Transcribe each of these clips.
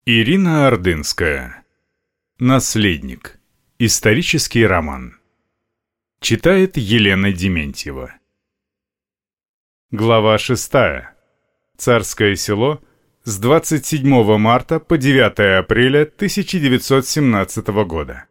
Ирина Ордынская. Наследник. Исторический роман. Читает Елена Дементьева. Глава 6. Царское село с 27 марта по 9 апреля 1917 года.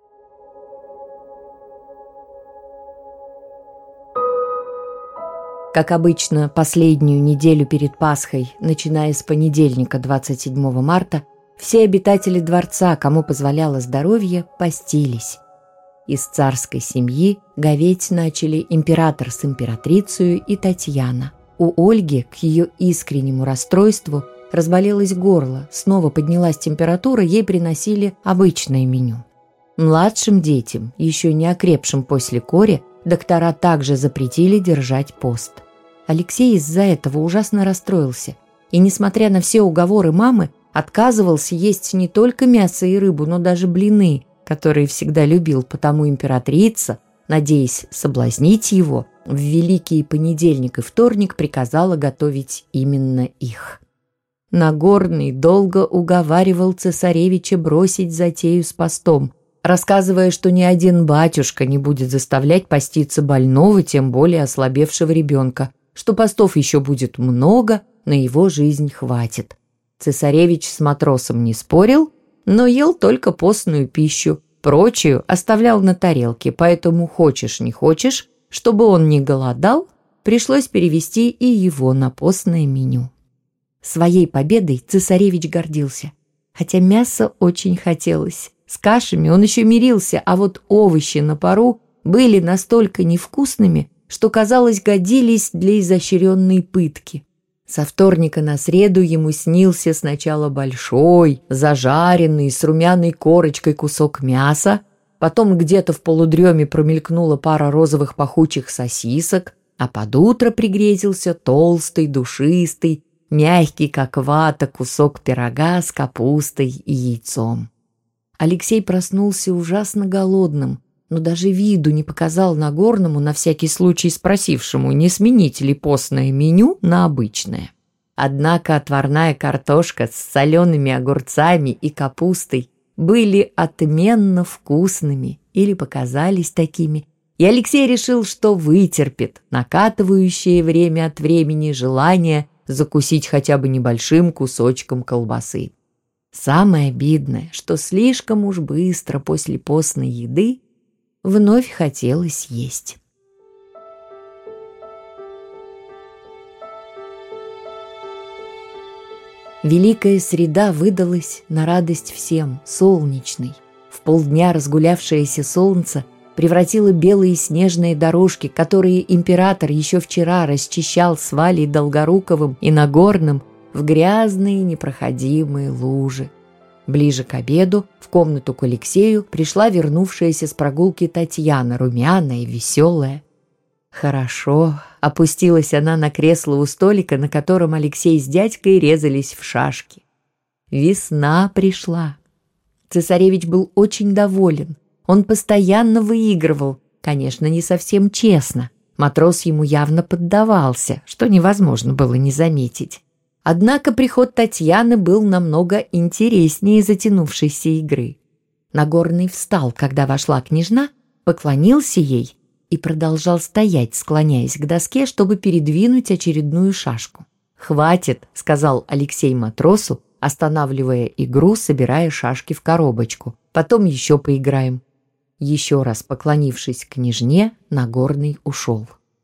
Как обычно, последнюю неделю перед Пасхой, начиная с понедельника 27 марта, все обитатели дворца, кому позволяло здоровье, постились. Из царской семьи говеть начали император с императрицей и Татьяна. У Ольги, к ее искреннему расстройству, разболелось горло, снова поднялась температура, ей приносили обычное меню. Младшим детям, еще не окрепшим после кори, доктора также запретили держать пост. Алексей из-за этого ужасно расстроился и, несмотря на все уговоры мамы, отказывался есть не только мясо и рыбу, но даже блины, которые всегда любил, потому императрица, надеясь соблазнить его, в Великий понедельник и вторник приказала готовить именно их. Нагорный долго уговаривал цесаревича бросить затею с постом, рассказывая, что ни один батюшка не будет заставлять поститься больного, тем более ослабевшего ребенка, что постов еще будет много, на его жизнь хватит. Цесаревич с матросом не спорил, но ел только постную пищу, прочую оставлял на тарелке, поэтому хочешь не хочешь, чтобы он не голодал, пришлось перевести и его на постное меню. Своей победой цесаревич гордился, хотя мясо очень хотелось. С кашами он еще мирился, а вот овощи на пару были настолько невкусными, что, казалось, годились для изощренной пытки. Со вторника на среду ему снился сначала большой, зажаренный, с румяной корочкой кусок мяса, потом где-то в полудреме промелькнула пара розовых пахучих сосисок, а под утро пригрезился толстый, душистый, мягкий, как вата, кусок пирога с капустой и яйцом. Алексей проснулся ужасно голодным, но даже виду не показал Нагорному, на всякий случай спросившему, не сменить ли постное меню на обычное. Однако отварная картошка с солеными огурцами и капустой были отменно вкусными или показались такими, и Алексей решил, что вытерпит накатывающее время от времени желание закусить хотя бы небольшим кусочком колбасы. Самое обидное, что слишком уж быстро после постной еды вновь хотелось есть. Великая среда выдалась на радость всем, солнечной. В полдня разгулявшееся солнце превратило белые снежные дорожки, которые император еще вчера расчищал с Валей Долгоруковым и Нагорным, в грязные непроходимые лужи. Ближе к обеду в комнату к Алексею пришла вернувшаяся с прогулки Татьяна, румяная и веселая. Хорошо, опустилась она на кресло у столика, на котором Алексей с дядькой резались в шашки. Весна пришла. Цесаревич был очень доволен. Он постоянно выигрывал, конечно, не совсем честно. Матрос ему явно поддавался, что невозможно было не заметить. Однако приход Татьяны был намного интереснее затянувшейся игры. Нагорный встал, когда вошла княжна, поклонился ей и продолжал стоять, склоняясь к доске, чтобы передвинуть очередную шашку. «Хватит», — сказал Алексей матросу, останавливая игру, собирая шашки в коробочку. «Потом еще поиграем». Еще раз поклонившись княжне, Нагорный ушел.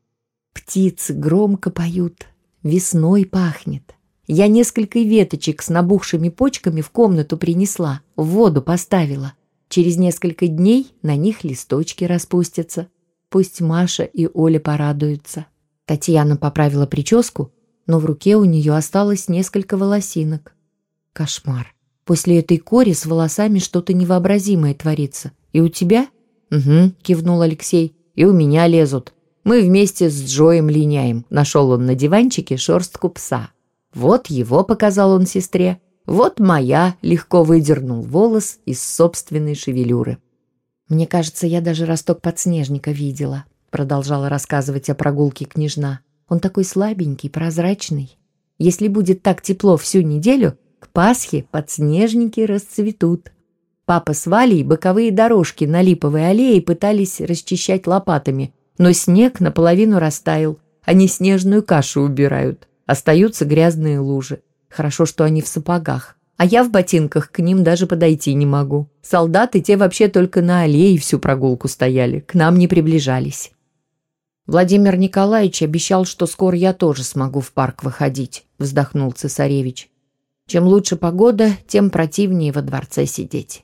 «Птицы громко поют, весной пахнет. Я несколько веточек с набухшими почками в комнату принесла, в воду поставила. Через несколько дней на них листочки распустятся. Пусть Маша и Оля порадуются». Татьяна поправила прическу, но в руке у нее осталось несколько волосинок. Кошмар. После этой кори с волосами что-то невообразимое творится. «И у тебя?» «Угу», — кивнул Алексей. «И у меня лезут. Мы вместе с Джоем линяем». Нашел он на диванчике шерстку пса. «Вот его», — показал он сестре. «Вот моя», — легко выдернул волос из собственной шевелюры. «Мне кажется, я даже росток подснежника видела», — продолжала рассказывать о прогулке княжна. «Он такой слабенький, прозрачный. Если будет так тепло всю неделю, к К Пасхе подснежники расцветут. Папа с Валей боковые дорожки на Липовой аллее пытались расчищать лопатами, но снег наполовину растаял. Они снежную кашу убирают. Остаются грязные лужи. Хорошо, что они в сапогах. А я в ботинках к ним даже подойти не могу. Солдаты те вообще только на аллее всю прогулку стояли, к нам не приближались. Владимир Николаевич обещал, что скоро я тоже смогу в парк выходить, вздохнул цесаревич. Чем лучше погода, тем противнее во дворце сидеть.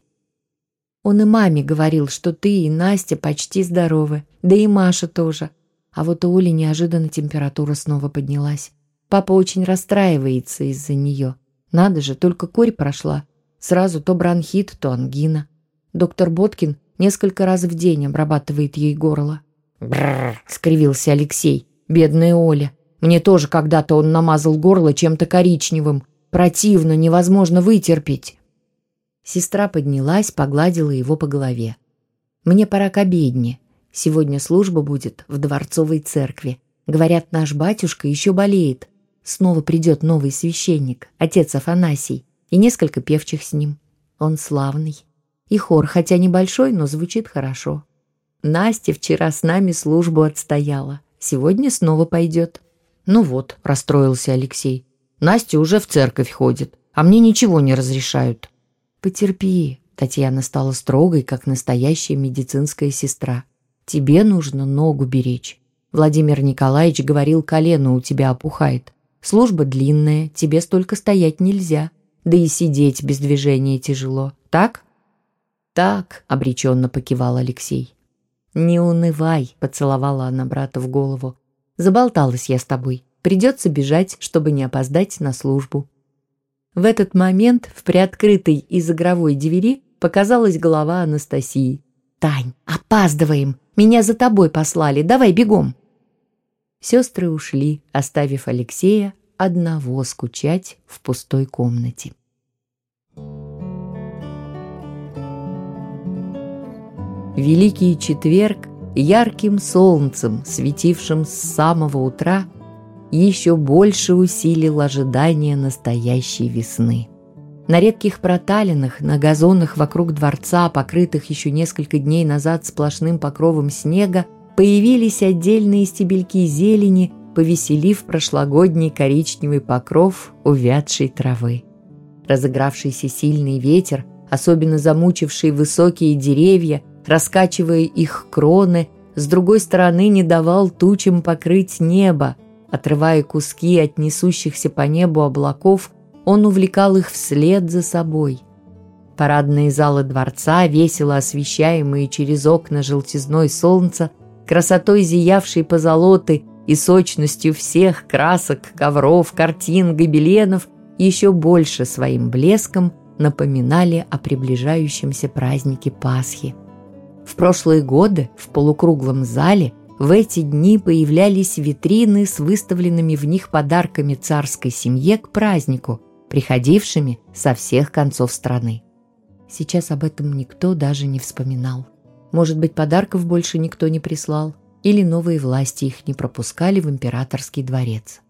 Он и маме говорил, что ты и Настя почти здоровы, да и Маша тоже. А вот у Оли неожиданно температура снова поднялась. Папа очень расстраивается из-за нее. Надо же, только корь прошла. Сразу то бронхит, то ангина. Доктор Боткин несколько раз в день обрабатывает ей горло. «Бррр», — скривился Алексей. «Бедная Оля. Мне тоже когда-то он намазал горло чем-то коричневым. Противно, невозможно вытерпеть». Сестра поднялась, погладила его по голове. «Мне пора к обедне. Сегодня служба будет в Дворцовой церкви. Говорят, наш батюшка еще болеет. Снова придет новый священник, отец Афанасий, и несколько певчих с ним. Он славный. И хор, хотя небольшой, но звучит хорошо. Настя вчера с нами службу отстояла. Сегодня снова пойдет». «Ну вот», — расстроился Алексей. «Настя уже в церковь ходит, а мне ничего не разрешают». «Потерпи», — Татьяна стала строгой, как настоящая медицинская сестра. «Тебе нужно ногу беречь. Владимир Николаевич говорил, колено у тебя опухает. Служба длинная, тебе столько стоять нельзя. Да и сидеть без движения тяжело. Так?» «Так», — обреченно покивал Алексей. «Не унывай», — поцеловала она брата в голову. «Заболталась я с тобой. Придется бежать, чтобы не опоздать на службу». В этот момент в приоткрытой из игровой двери показалась голова Анастасии. «Тань, опаздываем! Меня за тобой послали, давай бегом!» Сестры ушли, оставив Алексея одного скучать в пустой комнате. Великий четверг ярким солнцем, светившим с самого утра, еще больше усилил ожидание настоящей весны. На редких проталинах, на газонах вокруг дворца, покрытых еще несколько дней назад сплошным покровом снега, появились отдельные стебельки зелени, повеселив прошлогодний коричневый покров увядшей травы. Разыгравшийся сильный ветер, особенно замучивший высокие деревья, раскачивая их кроны, с другой стороны не давал тучам покрыть небо. Отрывая куски от несущихся по небу облаков, он увлекал их вслед за собой. Парадные залы дворца, весело освещаемые через окна желтизной солнца, красотой зиявшей позолоты и сочностью всех красок, ковров, картин, гобеленов, еще больше своим блеском напоминали о приближающемся празднике Пасхи. В прошлые годы в полукруглом зале в эти дни появлялись витрины с выставленными в них подарками царской семье к празднику, приходившими со всех концов страны. Сейчас об этом никто даже не вспоминал. Может быть, подарков больше никто не прислал, или новые власти их не пропускали в императорский дворец.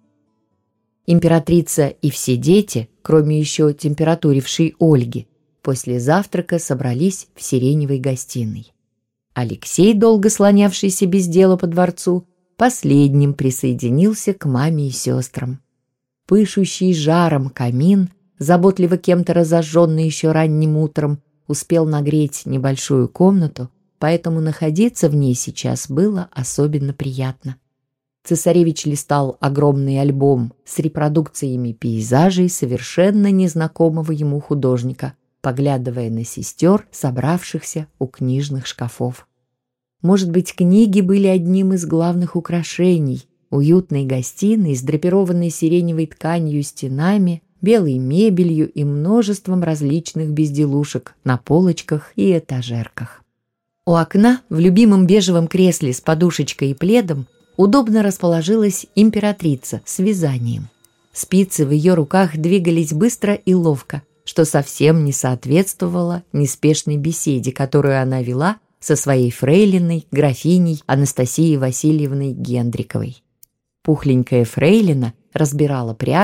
Императрица и все дети, кроме еще температурившей Ольги, после завтрака собрались в сиреневой гостиной. Алексей, долго слонявшийся без дела по дворцу, последним присоединился к маме и сестрам. Пышущий жаром камин, заботливо кем-то разожженный еще ранним утром, успел нагреть небольшую комнату, поэтому находиться в ней сейчас было особенно приятно. Цесаревич листал огромный альбом с репродукциями пейзажей совершенно незнакомого ему художника, поглядывая на сестер, собравшихся у книжных шкафов. Может быть, книги были одним из главных украшений уютной гостиной с драпированной сиреневой тканью стенами, белой мебелью и множеством различных безделушек на полочках и этажерках. У окна в любимом бежевом кресле с подушечкой и пледом удобно расположилась императрица с вязанием. Спицы в ее руках двигались быстро и ловко, что совсем не соответствовало неспешной беседе, которую она вела со своей фрейлиной, графиней Анастасией Васильевной Гендриковой. Пухленькая фрейлина разбирала пряжу,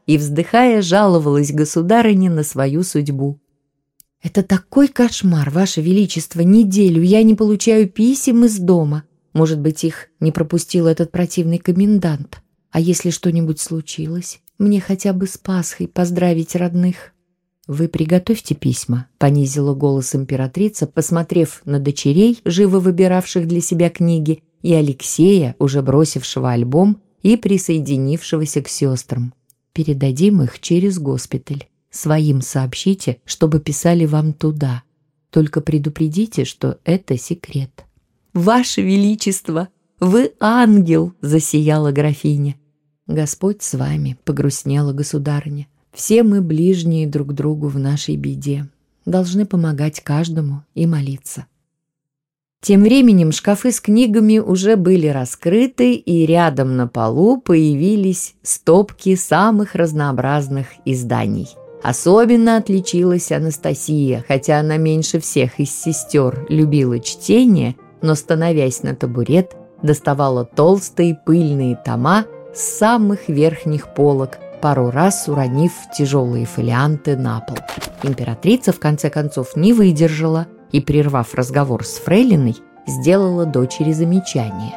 и, вздыхая, жаловалась государыне на свою судьбу. «Это такой кошмар, Ваше Величество, неделю я не получаю писем из дома. Может быть, их не пропустил этот противный комендант. А если что-нибудь случилось, мне хотя бы с Пасхой поздравить родных». «Вы приготовьте письма», — понизила голос императрица, посмотрев на дочерей, живо выбиравших для себя книги, и Алексея, уже бросившего альбом и присоединившегося к сестрам. «Передадим их через госпиталь. Своим сообщите, чтобы писали вам туда. Только предупредите, что это секрет». «Ваше Величество, вы ангел!» — засияла графиня. «Господь с вами», — погрустнела государыня. «Все мы ближние друг другу в нашей беде. Должны помогать каждому и молиться». Тем временем шкафы с книгами уже были раскрыты, и рядом на полу появились стопки самых разнообразных изданий. Особенно отличилась Анастасия, хотя она меньше всех из сестер любила чтение, но, становясь на табурет, доставала толстые пыльные тома с самых верхних полок, пару раз уронив тяжелые фолианты на пол. Императрица, в конце концов, не выдержала и, прервав разговор с фрейлиной, сделала дочери замечание.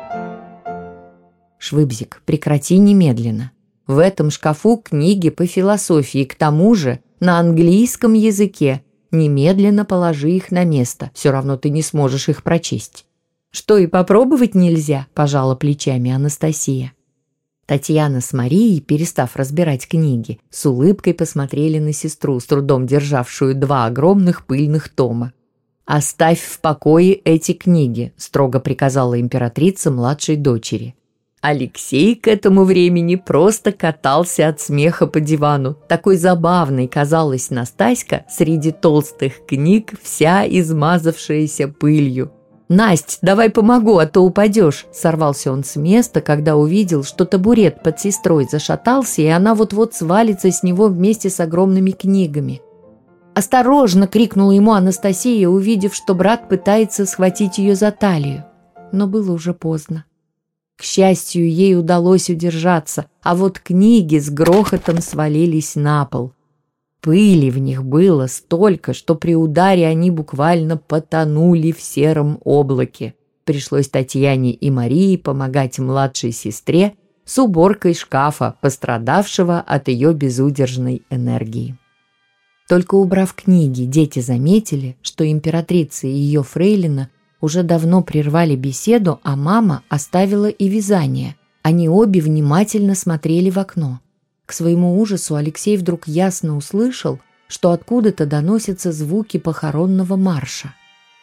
«Швыбзик, прекрати немедленно. В этом шкафу книги по философии, к тому же на английском языке. Немедленно положи их на место, все равно ты не сможешь их прочесть». «Что, и попробовать нельзя?» – пожала плечами Анастасия. Татьяна с Марией, перестав разбирать книги, с улыбкой посмотрели на сестру, с трудом державшую 2 огромных пыльных тома. «Оставь в покое эти книги», – строго приказала императрица младшей дочери. Алексей к этому времени просто катался от смеха по дивану. Такой забавной казалась Настаська среди толстых книг, вся измазавшаяся пылью. «Насть, давай помогу, а то упадешь!» Сорвался он с места, когда увидел, что табурет под сестрой зашатался, и она вот-вот свалится с него вместе с огромными книгами. «Осторожно!» — крикнула ему Анастасия, увидев, что брат пытается схватить ее за талию. Но было уже поздно. К счастью, ей удалось удержаться, а вот книги с грохотом свалились на пол. Пыли в них было столько, что при ударе они буквально потонули в сером облаке. Пришлось Татьяне и Марии помогать младшей сестре с уборкой шкафа, пострадавшего от ее безудержной энергии. Только убрав книги, дети заметили, что императрица и ее фрейлина уже давно прервали беседу, а мама оставила и вязание. Они обе внимательно смотрели в окно. К своему ужасу Алексей вдруг ясно услышал, что откуда-то доносятся звуки похоронного марша.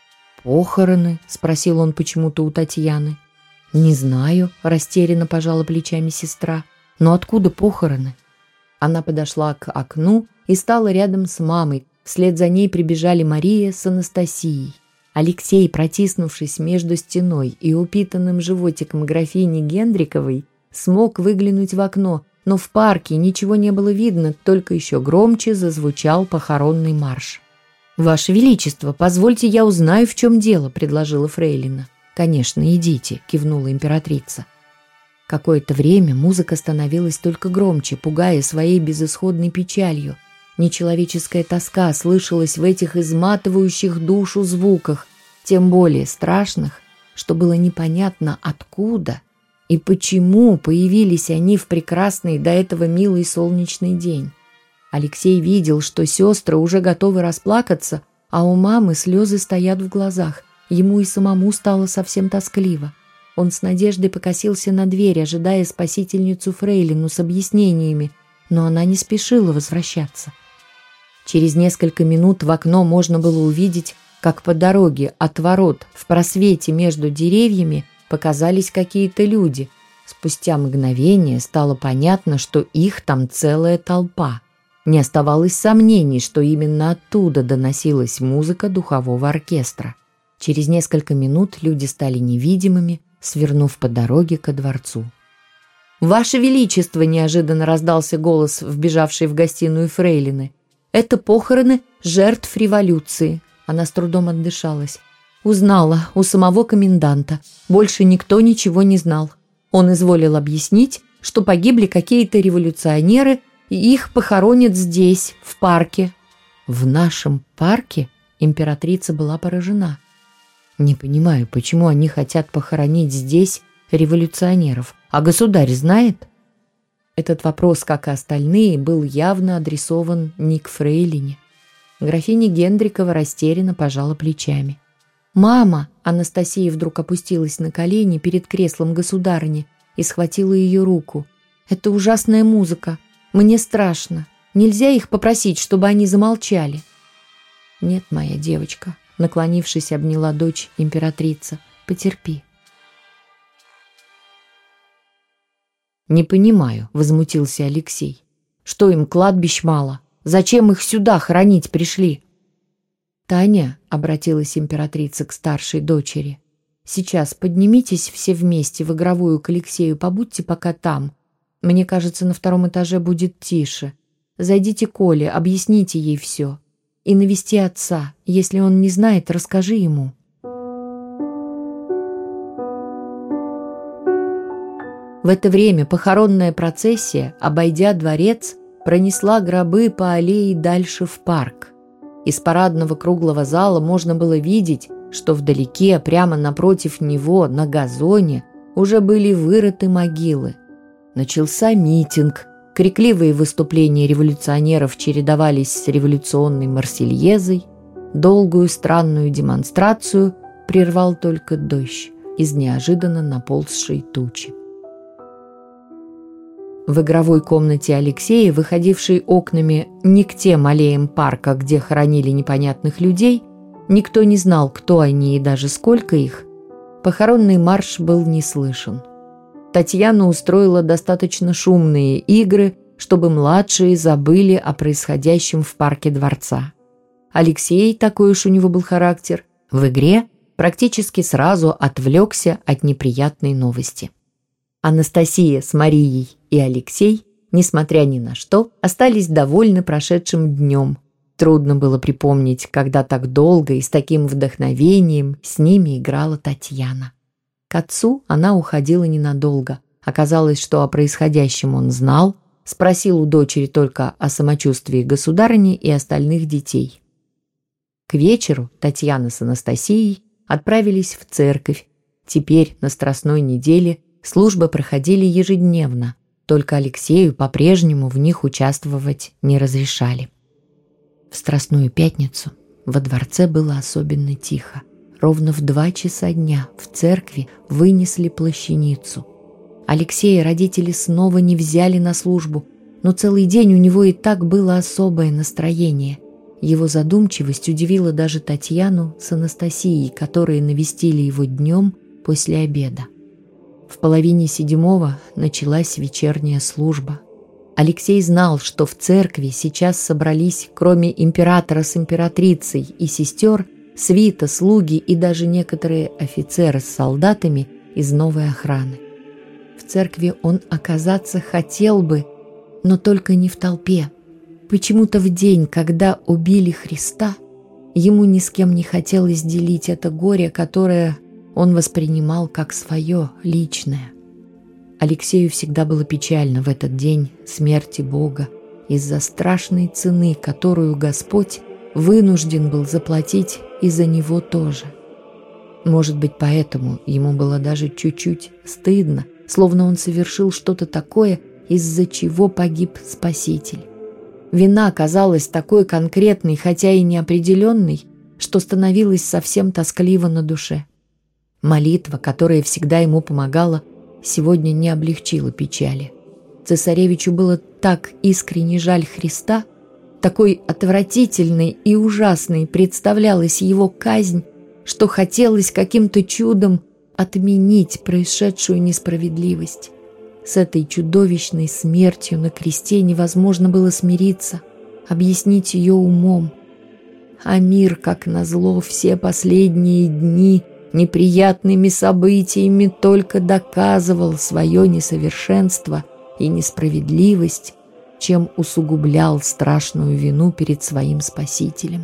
«Похороны?» – спросил он почему-то у Татьяны. «Не знаю», – растерянно пожала плечами сестра. «Но откуда похороны?» Она подошла к окну и стала рядом с мамой. Вслед за ней прибежали Мария с Анастасией. Алексей, протиснувшись между стеной и упитанным животиком графини Гендриковой, смог выглянуть в окно, но в парке ничего не было видно, только еще громче зазвучал похоронный марш. «Ваше Величество, позвольте я узнаю, в чем дело», — предложила фрейлина. «Конечно, идите», — кивнула императрица. Какое-то время музыка становилась только громче, пугая своей безысходной печалью. Нечеловеческая тоска слышалась в этих изматывающих душу звуках, тем более страшных, что было непонятно откуда и почему появились они в прекрасный до этого милый солнечный день. Алексей видел, что сестры уже готовы расплакаться, а у мамы слезы стоят в глазах. Ему и самому стало совсем тоскливо. Он с надеждой покосился на дверь, ожидая спасительницу фрейлину с объяснениями, но она не спешила возвращаться. Через несколько минут в окно можно было увидеть, как по дороге от ворот в просвете между деревьями показались какие-то люди. Спустя мгновение стало понятно, что их там целая толпа. Не оставалось сомнений, что именно оттуда доносилась музыка духового оркестра. Через несколько минут люди стали невидимыми, свернув по дороге ко дворцу. «Ваше Величество!» – неожиданно раздался голос, вбежавшей в гостиную фрейлины. «Это похороны жертв революции». Она с трудом отдышалась. Узнала у самого коменданта. Больше никто ничего не знал. Он изволил объяснить, что погибли какие-то революционеры, и их похоронят здесь, в парке». «В нашем парке?» Императрица была поражена. «Не понимаю, почему они хотят похоронить здесь революционеров. А государь знает?» Этот вопрос, как и остальные, был явно адресован не к фрейлине. Графиня Гендрикова растерянно пожала плечами. «Мама!» — Анастасия вдруг опустилась на колени перед креслом государыни и схватила ее руку. «Это ужасная музыка. Мне страшно. Нельзя их попросить, чтобы они замолчали?» «Нет, моя девочка», — наклонившись, обняла дочь императрица. «Потерпи». «Не понимаю», — возмутился Алексей. «Что им кладбищ мало? Зачем их сюда хоронить пришли?» «Таня», — обратилась императрица к старшей дочери, «сейчас поднимитесь все вместе в игровую к Алексею, побудьте пока там. Мне кажется, на 2-м этаже будет тише. Зайдите к Оле, объясните ей все. И навести отца. Если он не знает, расскажи ему». В это время похоронная процессия, обойдя дворец, пронесла гробы по аллее дальше в парк. Из парадного круглого зала можно было видеть, что вдалеке, прямо напротив него, на газоне, уже были вырыты могилы. Начался митинг. Крикливые выступления революционеров чередовались с революционной марсельезой. Долгую странную демонстрацию прервал только дождь из неожиданно наползшей тучи. В игровой комнате Алексея, выходившей окнами не к тем аллеям парка, где хоронили непонятных людей, никто не знал, кто они и даже сколько их, похоронный марш был не слышен. Татьяна устроила достаточно шумные игры, чтобы младшие забыли о происходящем в парке дворца. Алексей, такой уж у него был характер, в игре практически сразу отвлекся от неприятной новости. Анастасия с Марией и Алексей, несмотря ни на что, остались довольны прошедшим днем. Трудно было припомнить, когда так долго и с таким вдохновением с ними играла Татьяна. К отцу она уходила ненадолго. Оказалось, что о происходящем он знал, спросил у дочери только о самочувствии государыни и остальных детей. К вечеру Татьяна с Анастасией отправились в церковь. Теперь на Страстной неделе службы проходили ежедневно, только Алексею по-прежнему в них участвовать не разрешали. В Страстную пятницу во дворце было особенно тихо. Ровно в 2 часа дня в церкви вынесли плащаницу. Алексея родители снова не взяли на службу, но целый день у него и так было особое настроение. Его задумчивость удивила даже Татьяну с Анастасией, которые навестили его днем после обеда. В 6:30 началась вечерняя служба. Алексей знал, что в церкви сейчас собрались, кроме императора с императрицей и сестер, свита, слуги и даже некоторые офицеры с солдатами из новой охраны. В церкви он оказаться хотел бы, но только не в толпе. Почему-то в день, когда убили Христа, ему ни с кем не хотелось делить это горе, которое он воспринимал как свое, личное. Алексею всегда было печально в этот день смерти Бога из-за страшной цены, которую Господь вынужден был заплатить и за него тоже. Может быть, поэтому ему было даже чуть-чуть стыдно, словно он совершил что-то такое, из-за чего погиб Спаситель. Вина казалась такой конкретной, хотя и неопределенной, что становилось совсем тоскливо на душе. Молитва, которая всегда ему помогала, сегодня не облегчила печали. Цесаревичу было так искренне жаль Христа, такой отвратительной и ужасной представлялась его казнь, что хотелось каким-то чудом отменить происшедшую несправедливость. С этой чудовищной смертью на кресте невозможно было смириться, объяснить ее умом. А мир, как назло, все последние дни неприятными событиями только доказывал свое несовершенство и несправедливость, чем усугублял страшную вину перед своим Спасителем.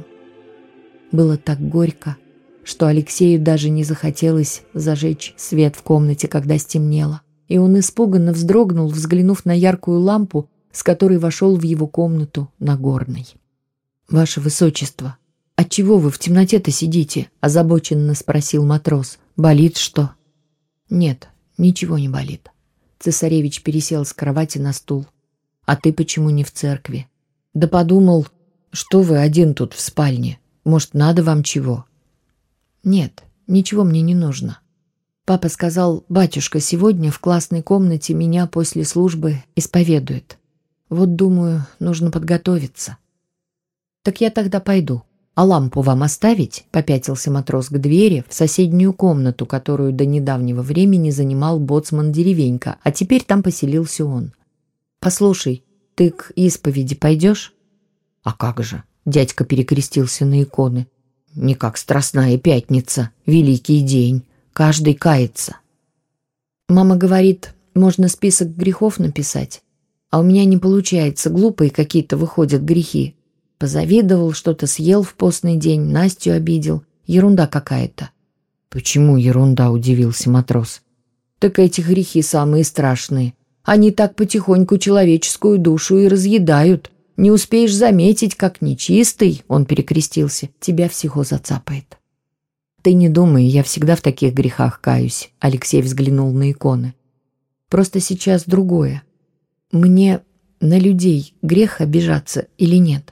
Было так горько, что Алексею даже не захотелось зажечь свет в комнате, когда стемнело, и он испуганно вздрогнул, взглянув на яркую лампу, с которой вошел в его комнату Нагорный. «Ваше Высочество, отчего вы в темноте-то сидите?» – озабоченно спросил матрос. «Болит что?» «Нет, ничего не болит». Цесаревич пересел с кровати на стул. «А ты почему не в церкви?» «Да подумал, что вы один тут в спальне. Может, надо вам чего?» «Нет, ничего мне не нужно. Папа сказал, батюшка сегодня в классной комнате меня после службы исповедует. Вот, думаю, нужно подготовиться». «Так я тогда пойду. А лампу вам оставить?» — попятился матрос к двери в соседнюю комнату, которую до недавнего времени занимал боцман Деревенька, а теперь там поселился он. «Послушай, ты к исповеди пойдешь?» «А как же?» — дядька перекрестился на иконы. «Не как Страстная Пятница, великий день. Каждый кается». «Мама говорит, можно список грехов написать, а у меня не получается, глупые какие-то выходят грехи. Позавидовал, что-то съел в постный день, Настю обидел. Ерунда какая-то». «Почему ерунда?» — удивился матрос. «Так эти грехи самые страшные. Они так потихоньку человеческую душу и разъедают. Не успеешь заметить, как нечистый, — он перекрестился, — тебя всего зацапает». «Ты не думай, я всегда в таких грехах каюсь», — Алексей взглянул на иконы. «Просто сейчас другое. Мне на людей грех обижаться или нет?»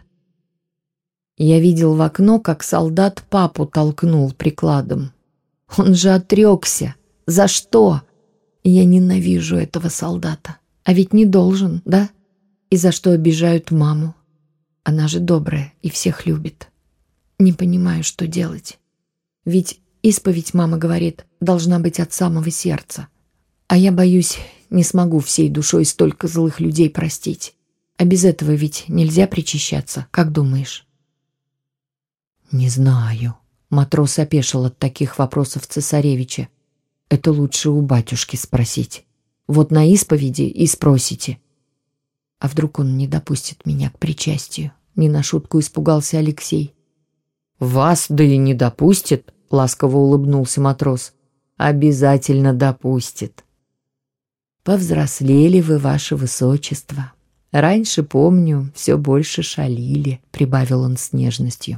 Я видел в окно, как солдат папу толкнул прикладом. Он же отрекся. За что? Я ненавижу этого солдата. А ведь не должен, да? И за что обижают маму? Она же добрая и всех любит. Не понимаю, что делать. Ведь исповедь, мама говорит, должна быть от самого сердца. А я боюсь, не смогу всей душой столько злых людей простить. А без этого ведь нельзя причащаться, как думаешь? «Не знаю». Матрос опешил от таких вопросов цесаревича. «Это лучше у батюшки спросить. Вот на исповеди и спросите». «А вдруг он не допустит меня к причастию?» Не на шутку испугался Алексей. «Вас, да и не допустит», — ласково улыбнулся матрос. «Обязательно допустит». «Повзрослели вы, ваше высочество. Раньше, помню, все больше шалили», — прибавил он с нежностью.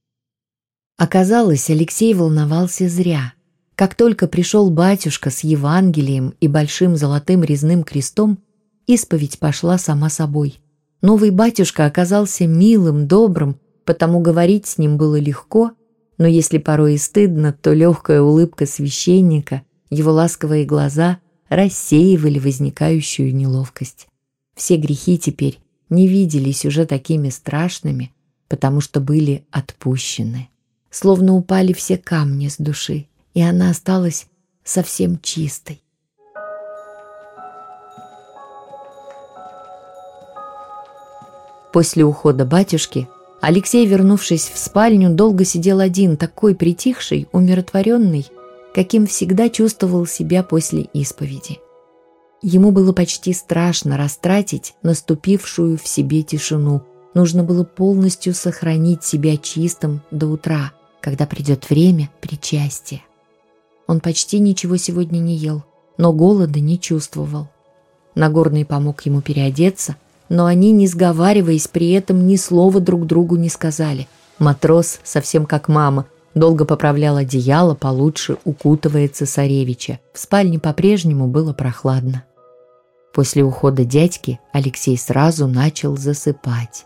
Оказалось, Алексей волновался зря. Как только пришел батюшка с Евангелием и большим золотым резным крестом, исповедь пошла сама собой. Новый батюшка оказался милым, добрым, потому говорить с ним было легко, но если порой и стыдно, то легкая улыбка священника, его ласковые глаза рассеивали возникающую неловкость. Все грехи теперь не виделись уже такими страшными, потому что были отпущены. Словно упали все камни с души, и она осталась совсем чистой. После ухода батюшки Алексей, вернувшись в спальню, долго сидел один, такой притихший, умиротворенный, каким всегда чувствовал себя после исповеди. Ему было почти страшно растратить наступившую в себе тишину. Нужно было полностью сохранить себя чистым до утра, когда придет время причастия. Он почти ничего сегодня не ел, но голода не чувствовал. Нагорный помог ему переодеться, но они, не сговариваясь, при этом ни слова друг другу не сказали. Матрос, совсем как мама, долго поправлял одеяло, получше укутывая цесаревича. В спальне по-прежнему было прохладно. После ухода дядьки Алексей сразу начал засыпать.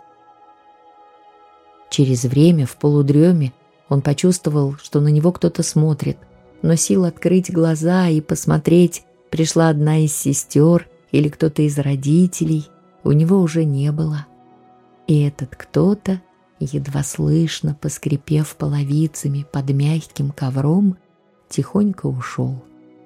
Через время, в полудреме, он почувствовал, что на него кто-то смотрит, но сил открыть глаза и посмотреть, пришла одна из сестер или кто-то из родителей, у него уже не было. И этот кто-то, едва слышно поскрипев половицами под мягким ковром, тихонько ушел.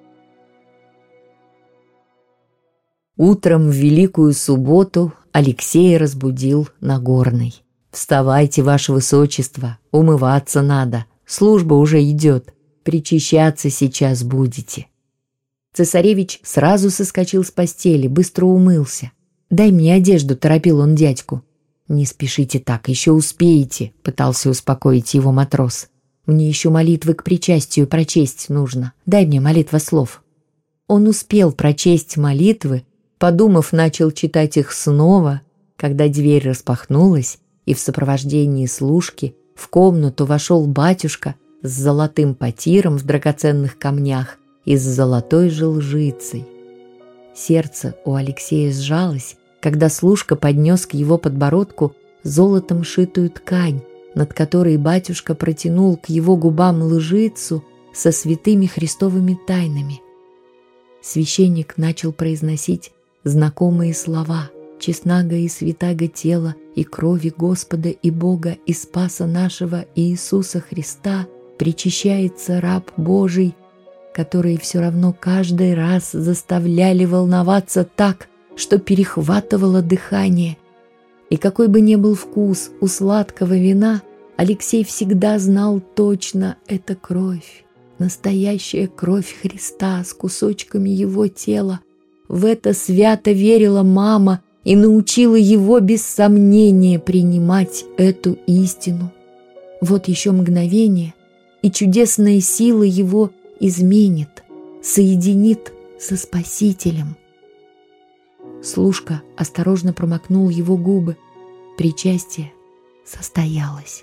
Утром в Великую Субботу Алексея разбудил Нагорный. «Вставайте, ваше высочество, умываться надо, служба уже идет, причащаться сейчас будете». Цесаревич сразу соскочил с постели, быстро умылся. «Дай мне одежду», — торопил он дядьку. «Не спешите так, еще успеете», — пытался успокоить его матрос. «Мне еще молитвы к причастию прочесть нужно. Дай мне молитва слов». Он успел прочесть молитвы, Подумав, начал читать их снова, когда дверь распахнулась, и в сопровождении служки в комнату вошел батюшка с золотым потиром в драгоценных камнях и с золотой же лжицей. Сердце у Алексея сжалось, когда служка поднес к его подбородку золотом шитую ткань, над которой батюшка протянул к его губам лжицу со святыми христовыми тайнами. Священник начал произносить знакомые слова: «Честнаго и святаго тела и крови Господа и Бога и Спаса нашего Иисуса Христа причащается раб Божий», которые все равно каждый раз заставляли волноваться так, что перехватывало дыхание. И какой бы ни был вкус у сладкого вина, Алексей всегда знал точно: это кровь, настоящая кровь Христа с кусочками его тела. В это свято верила мама и научила его без сомнения принимать эту истину. Вот еще мгновение, и чудесная сила его изменит, соединит со Спасителем. Служка осторожно промокнул его губы. Причастие состоялось.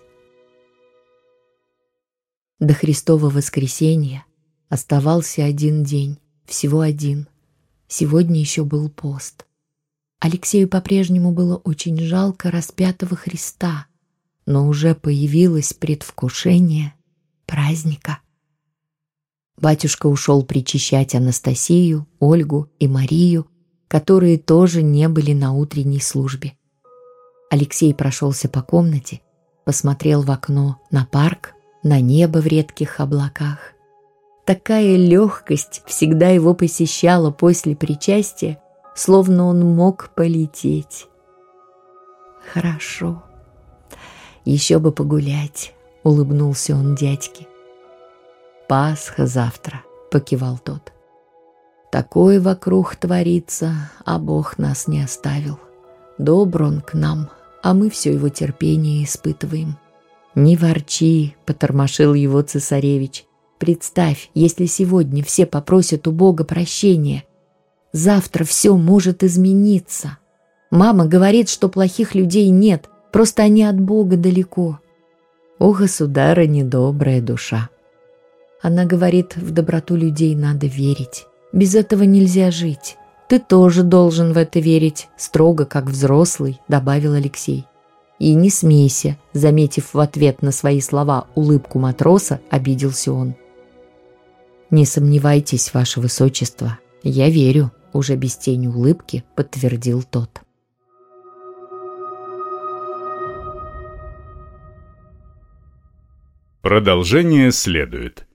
До Христова воскресения оставался один день, всего один. Сегодня еще был пост. Алексею по-прежнему было очень жалко распятого Христа, но уже появилось предвкушение праздника. Батюшка ушел причащать Анастасию, Ольгу и Марию, которые тоже не были на утренней службе. Алексей прошелся по комнате, посмотрел в окно на парк, на небо в редких облаках. Такая легкость всегда его посещала после причастия, словно он мог полететь. «Хорошо, еще бы погулять», — улыбнулся он дядьке. «Пасха завтра», — покивал тот. «Такое вокруг творится, а Бог нас не оставил. Добр Он к нам, а мы все его терпение испытываем». «Не ворчи», — потормошил его цесаревич. «Представь, если сегодня все попросят у Бога прощения. Завтра все может измениться. Мама говорит, что плохих людей нет, просто они от Бога далеко». «О, государыня, добрая душа». Она говорит, в доброту людей надо верить. Без этого нельзя жить. Ты тоже должен в это верить, строго, как взрослый, добавил Алексей. И не смейся, заметив в ответ на свои слова улыбку матроса, обиделся он. Не сомневайтесь, ваше высочество, я верю, уже без тени улыбки подтвердил тот. Продолжение следует.